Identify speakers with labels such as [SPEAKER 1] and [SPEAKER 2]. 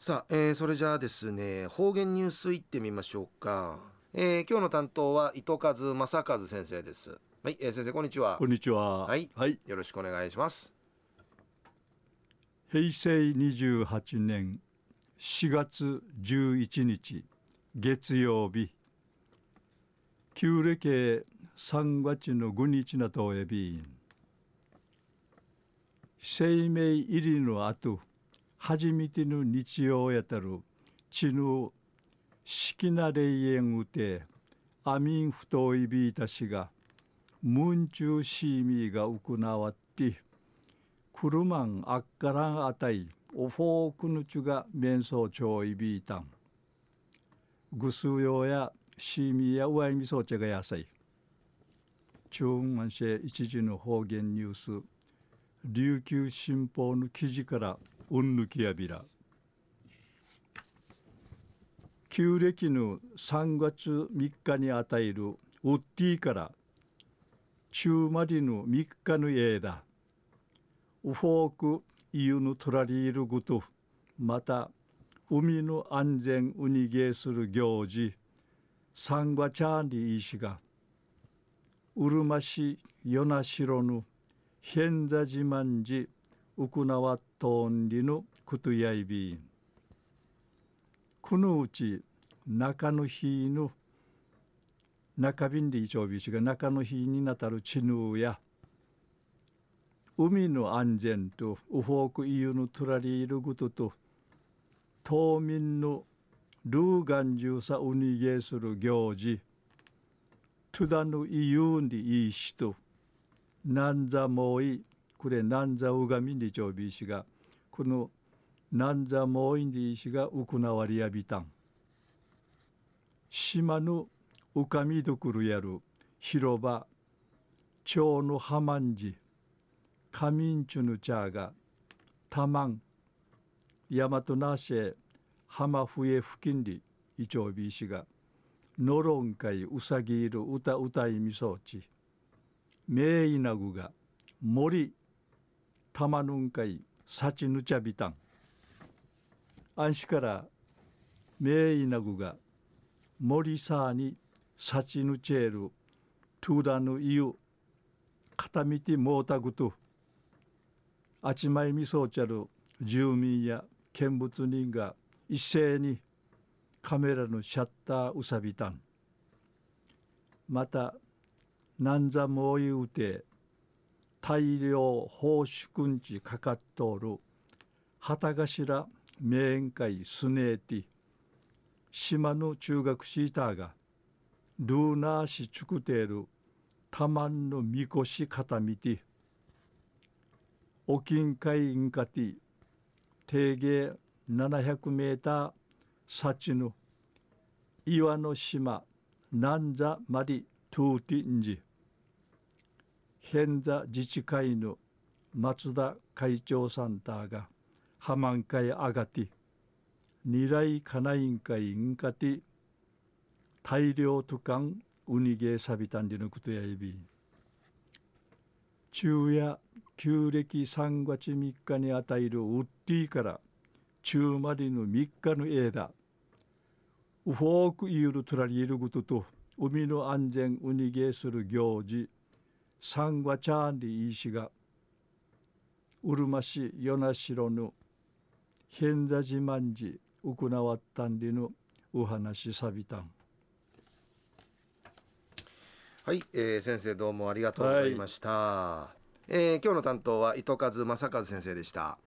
[SPEAKER 1] さあ、それじゃあですね、方言ニュースいってみましょうか。今日の担当は糸数正和先生です。はい、先生こんにちは。
[SPEAKER 2] こんにちは。
[SPEAKER 1] はい、
[SPEAKER 2] はい。
[SPEAKER 1] よろしくお願いします。
[SPEAKER 2] 平成28年4月11日月曜日、旧暦3月の5日なとえび、生命入りの後、初めての日曜やたる、地の式な霊園うて、アミン太いびいたしが、ムンチューシーミーが行わって、クルマンアッカランあたいオフォークヌチュが面相長いビータングスヨやシーミーやウワイミソチェが野菜中満シェ一時の方言ニュース琉球新報の記事からうんぬきやびら旧暦の3月3日に与えるウッディから中までの3日の間ウフォークイユのトラリールグトまた海の安全ウニゲーする行事サンガチャーリー氏がうるま市与那城の変座自慢寺ウクナワトンリのクトヤイビーこのうち中の日の中便で一応ビ氏が中の日になたるチヌーや海の安全とウフォークイユのトラリールグトと島民のルーガンジューサウニゲーする行事トゥダヌイユンディイシとナンザモイこれナンザウガミンディチョウビシがこのナンザモインディイシがウクナワリヤビタン島のウカミドクルやる広場町のハマンジカミンチュヌチャーがタマンヤマトナシェハマフエ付近でイチョウビーシがノロンカイウサギいる歌歌いみそうちメイナグが森タマヌンカイサチヌチャビタンアンシからメイナグが森サーにサチヌチェールトゥダヌイユ片道モータグトあちまいみそうちゃる住民や見物人が一斉にカメラのシャッターうさびたんまたなんざもいううて大量放出んちかかっとおる旗頭名園会スネーティ島の中学シーターがルーナーシチュクテールたまんのみこし片見て沖ん海インカティ定芸700メーター幸の岩の島南座マリトゥーティンジ変座自治会の松田会長サンターがハマン会アガティニライカナイン会インカティ大量トゥカンウニゲーサビタンディのことやいび昼夜旧暦3月3日に与えるウッディから中までの3日の間ウフォークイユルトラリールグトと海の安全ウニゲーする行事サンガチャーンリイシがうるま市与那城の変座自慢寺ウクナワッタンリのお話さびたん
[SPEAKER 1] はい、先生どうもありがとうございま
[SPEAKER 2] はい。
[SPEAKER 1] した。今日の担当は糸数正和先生でした。